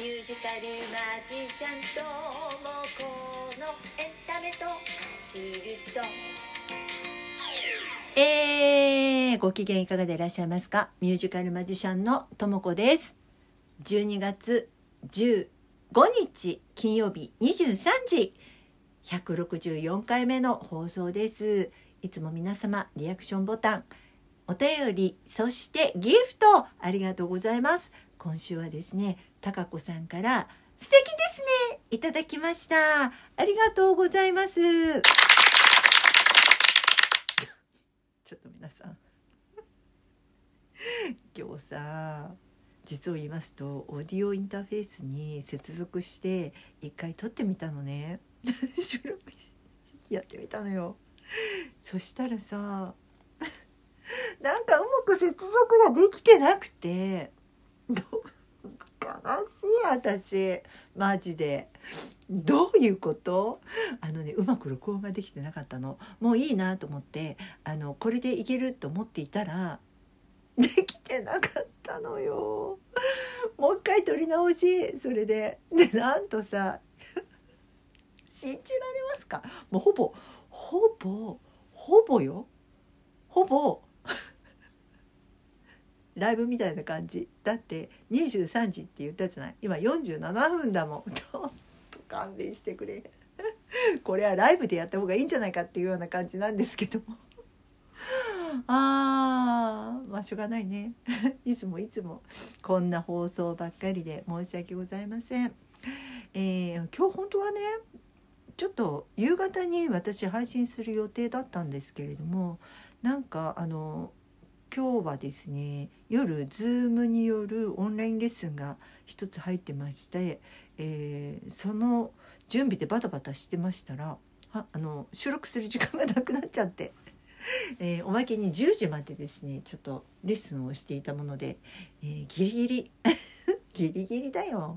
ミュージカルマジシャンともこのエンタメとヒルとご機嫌いかがでいらっしゃいますか。ミュージカルマジシャンのともこです。12月15日金曜日23時164回目の放送です。いつも皆様リアクションボタン、お便り、そしてギフトありがとうございます。今週はですね、たかこさんから素敵ですねいただきました。ありがとうございます。ちょっと皆さん今日さ、実を言いますとオーディオインターフェースに接続して一回撮ってみたのね収録やってみたのよ。そしたらさなんかうまく接続ができてなくて悲しい。私マジでどういうこと？うまく録音ができてなかったの。もういいなと思ってこれでいけると思っていたらできてなかったのよ。もう一回撮り直し。それでなんとさ信じられますか？もうほぼよ、ほぼライブみたいな感じだって。23時って言ったじゃない。今47分だもん。ちょっと勘弁してくれこれはライブでやった方がいいんじゃないかっていうような感じなんですけどもまあしょうがないねいつもこんな放送ばっかりで申し訳ございません。今日本当はねちょっと夕方に私配信する予定だったんですけれども、なんか今日はですね、夜ズームによるオンラインレッスンが一つ入ってまして、その準備でバタバタしてましたら収録する時間がなくなっちゃっておまけに10時までですねちょっとレッスンをしていたもので、ギリギリギリギリだよ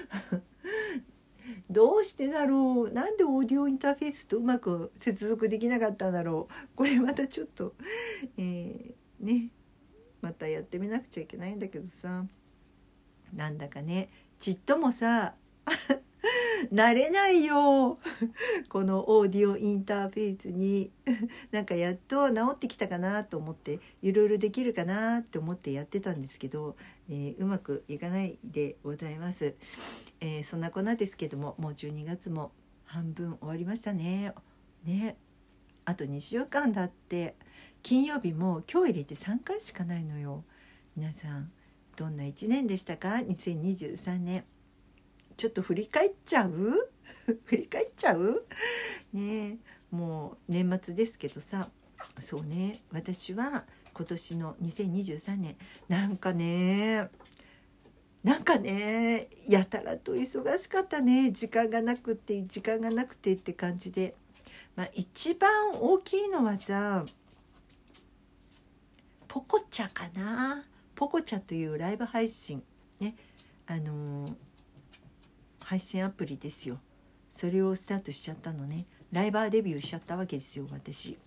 どうしてだろう。なんでオーディオインターフェースとうまく接続できなかったんだろう。これまたちょっと、ねまたやってみなくちゃいけないんだけどさ、なんだかねちっともさ慣れないよこのオーディオインターフェースになんかやっと治ってきたかなと思っていろいろできるかなって思ってやってたんですけど、うまくいかないでございます。そんなこんなですけども、もう12月も半分終わりましたね。あと2週間だって。金曜日も今日入れて3回しかないのよ。皆さんどんな1年でしたか？2023年ちょっと振り返っちゃうね。もう年末ですけどさ、そうね、私は今年の2023年なんかねやたらと忙しかったね。時間がなくてって感じで、一番大きいのはさポコチャかな。ポコチャというライブ配信ね、配信アプリですよ。それをスタートしちゃったのね。ライバーデビューしちゃったわけですよ私。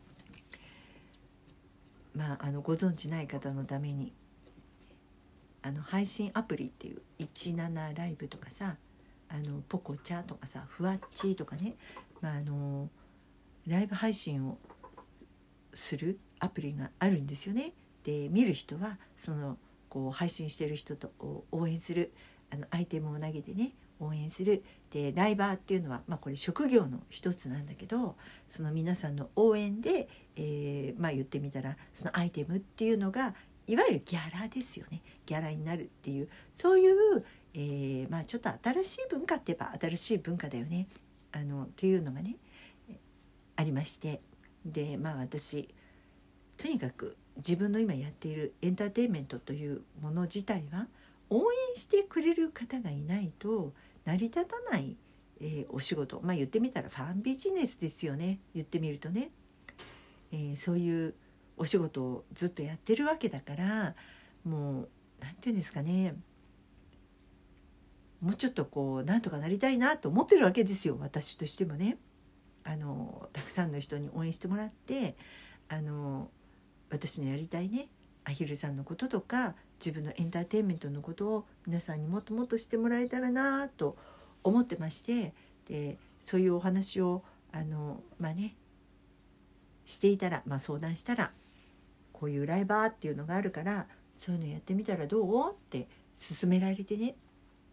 ご存知ない方のために配信アプリっていう17ライブとかさ、ポコチャとかさ、ふわっちとかね、ライブ配信をするアプリがあるんですよね。で見る人はそのこう配信してる人と応援する、アイテムを投げてね応援する。でライバーっていうのは、これ職業の一つなんだけど、その皆さんの応援で、言ってみたらそのアイテムっていうのがいわゆるギャラですよね。ギャラになるっていう、そういう、ちょっと新しい文化って言えば新しい文化だよねっていうのがねありまして、で私とにかく自分の今やっているエンターテインメントというもの自体は応援してくれる方がいないと成り立たない、お仕事、言ってみたらファンビジネスですよね。言ってみるとね、そういうお仕事をずっとやってるわけだから、もうなんていうんですかね、もうちょっとなんとかなりたいなと思ってるわけですよ私としてもね。たくさんの人に応援してもらって私のやりたいねアヒルさんのこととか自分のエンターテインメントのことを皆さんにもっともっとしてもらえたらなと思ってまして、でそういうお話をしていたら、相談したら、こういうライバーっていうのがあるからそういうのやってみたらどうって勧められてね、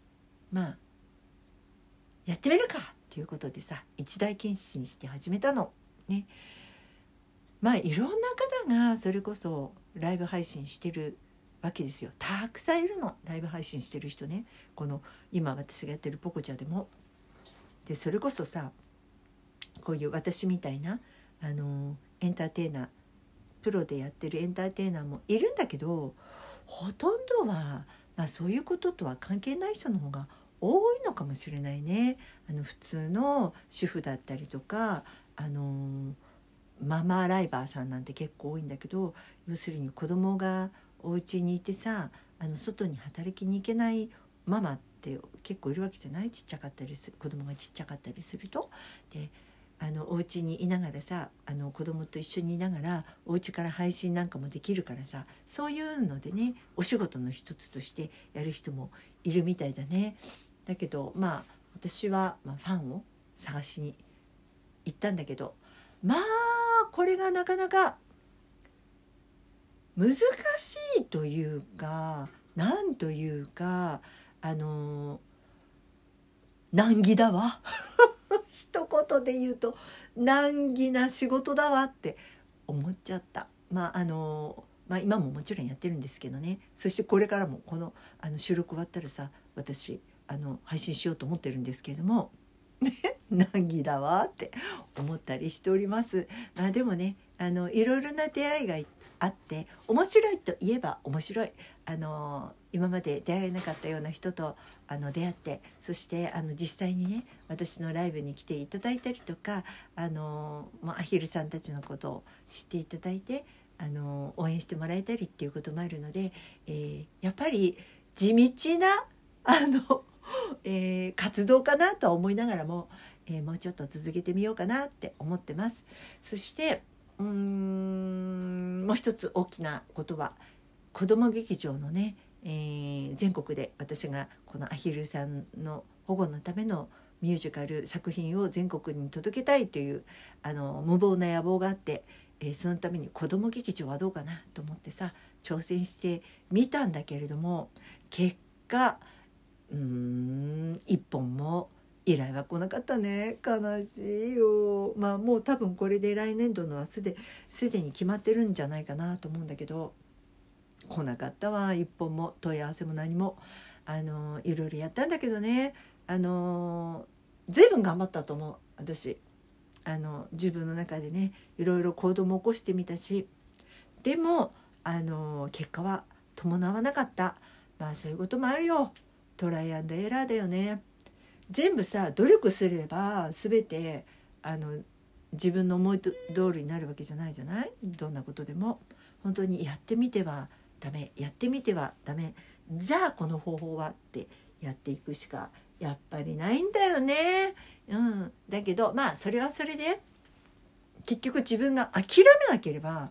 やってみるかっていうことでさ、一大決心して始めたのね。いろんな方がそれこそライブ配信してるわけですよ。たくさんいるの、ライブ配信してる人ね。この今私がやってるポコチャでも。でそれこそさ、こういう私みたいなエンターテイナー、プロでやってるエンターテイナーもいるんだけど、ほとんどは、そういうこととは関係ない人の方が多いのかもしれないね。普通の主婦だったりとかママライバーさんなんて結構多いんだけど、要するに子供がお家にいてさ、外に働きに行けないママって結構いるわけじゃない。ちっちゃかったりする、子供がちっちゃかったりすると。でお家にいながらさ、子供と一緒にいながらお家から配信なんかもできるからさ、そういうのでね、お仕事の一つとしてやる人もいるみたいだね。だけど私はファンを探しに行ったんだけど、これがなかなか難しいというか、なんというか難儀だわ一言で言うと難儀な仕事だわって思っちゃった。今ももちろんやってるんですけどね。そしてこれからもこの収録終わったらさ、私配信しようと思ってるんですけれども難儀だわって思ったりしております。でもね、いろいろな出会いがあって面白いといえば面白い。今まで出会えなかったような人と出会って、そして実際にね、私のライブに来ていただいたりとか、アヒルさんたちのことを知っていただいて応援してもらえたりっていうこともあるので、やっぱり地道な活動かなとは思いながらも、もうちょっと続けてみようかなって思ってます。そしてもう一つ大きなことは、子ども劇場のね、全国で私がこのアヒルさんの保護のためのミュージカル作品を全国に届けたいという無謀な野望があって、そのために子ども劇場はどうかなと思ってさ、挑戦してみたんだけれども、結果一本も依頼は来なかったね。悲しいよ。もう多分これで来年度のはすでに決まってるんじゃないかなと思うんだけど、来なかったわ。一本も問い合わせも何もいろいろやったんだけどね、随分頑張ったと思う。私自分の中でね、いろいろ行動も起こしてみたし、でも結果は伴わなかった。そういうこともあるよ。トライアンドエラーだよね。全部さ、努力すれば全て自分の思い通りになるわけじゃないじゃない。どんなことでも本当にやってみてはダメ、やってみてはダメ、じゃあこの方法はってやっていくしかやっぱりないんだよね。だけどそれはそれで結局自分が諦めなければ、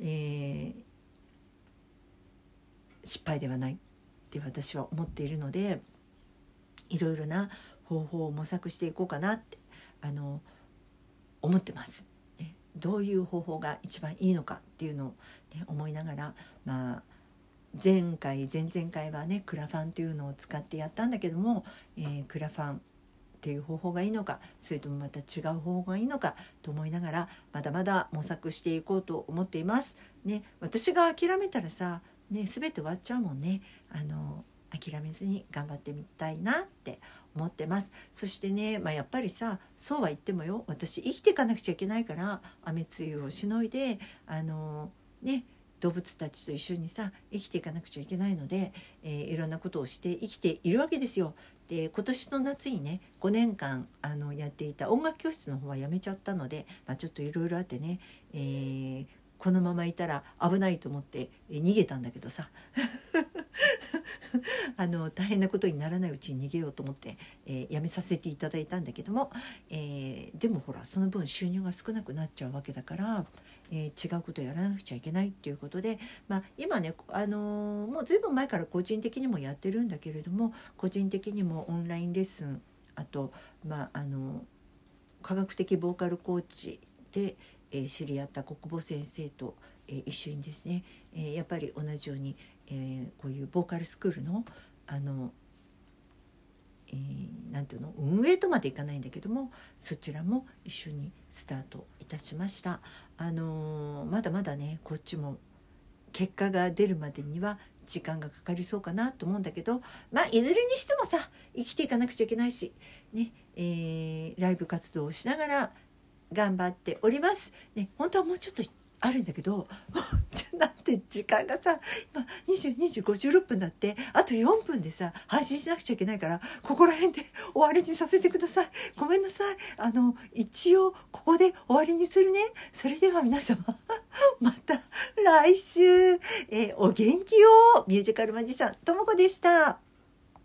失敗ではないって私は思っているので、いろいろな方法を模索していこうかなって思ってます、ね。どういう方法が一番いいのかっていうのを、思いながら、前回前々回はねクラファンというのを使ってやったんだけども、クラファンっていう方法がいいのか、それともまた違う方法がいいのかと思いながら、まだまだ模索していこうと思っています、ね。私が諦めたらさ、全て終わっちゃうもんね。諦めずに頑張ってみたいなって思ってます。そしてね、やっぱりさ、そうは言ってもよ、私生きていかなくちゃいけないから、雨露をしのいで動物たちと一緒にさ生きていかなくちゃいけないので、いろんなことをして生きているわけですよ。で今年の夏にね5年間やっていた音楽教室の方はやめちゃったので、ちょっといろいろあってね、このままいたら危ないと思って逃げたんだけどさ大変なことにならないうちに逃げようと思って、やめさせていただいたんだけども、でもほらその分収入が少なくなっちゃうわけだから、違うことをやらなくちゃいけないっていうことで、今ね、もうずいぶん前から個人的にもやってるんだけれども、個人的にもオンラインレッスン、あと、科学的ボーカルコーチで、知り合った国母先生と、一緒にですね、やっぱり同じように、こういうボーカルスクールのなんていうの、運営とまでいかないんだけども、そちらも一緒にスタートいたしました。まだまだね、こっちも結果が出るまでには時間がかかりそうかなと思うんだけど、いずれにしてもさ、生きていかなくちゃいけないしね、ライブ活動をしながら頑張っておりますね。本当はもうちょっとあるんだけど、だって時間がさ、今22時56分だって、あと4分でさ配信しなくちゃいけないから、ここら辺で終わりにさせてください。ごめんなさい。一応ここで終わりにするね。それでは皆様また来週、お元気を。ミュージカルマジシャンともこでした。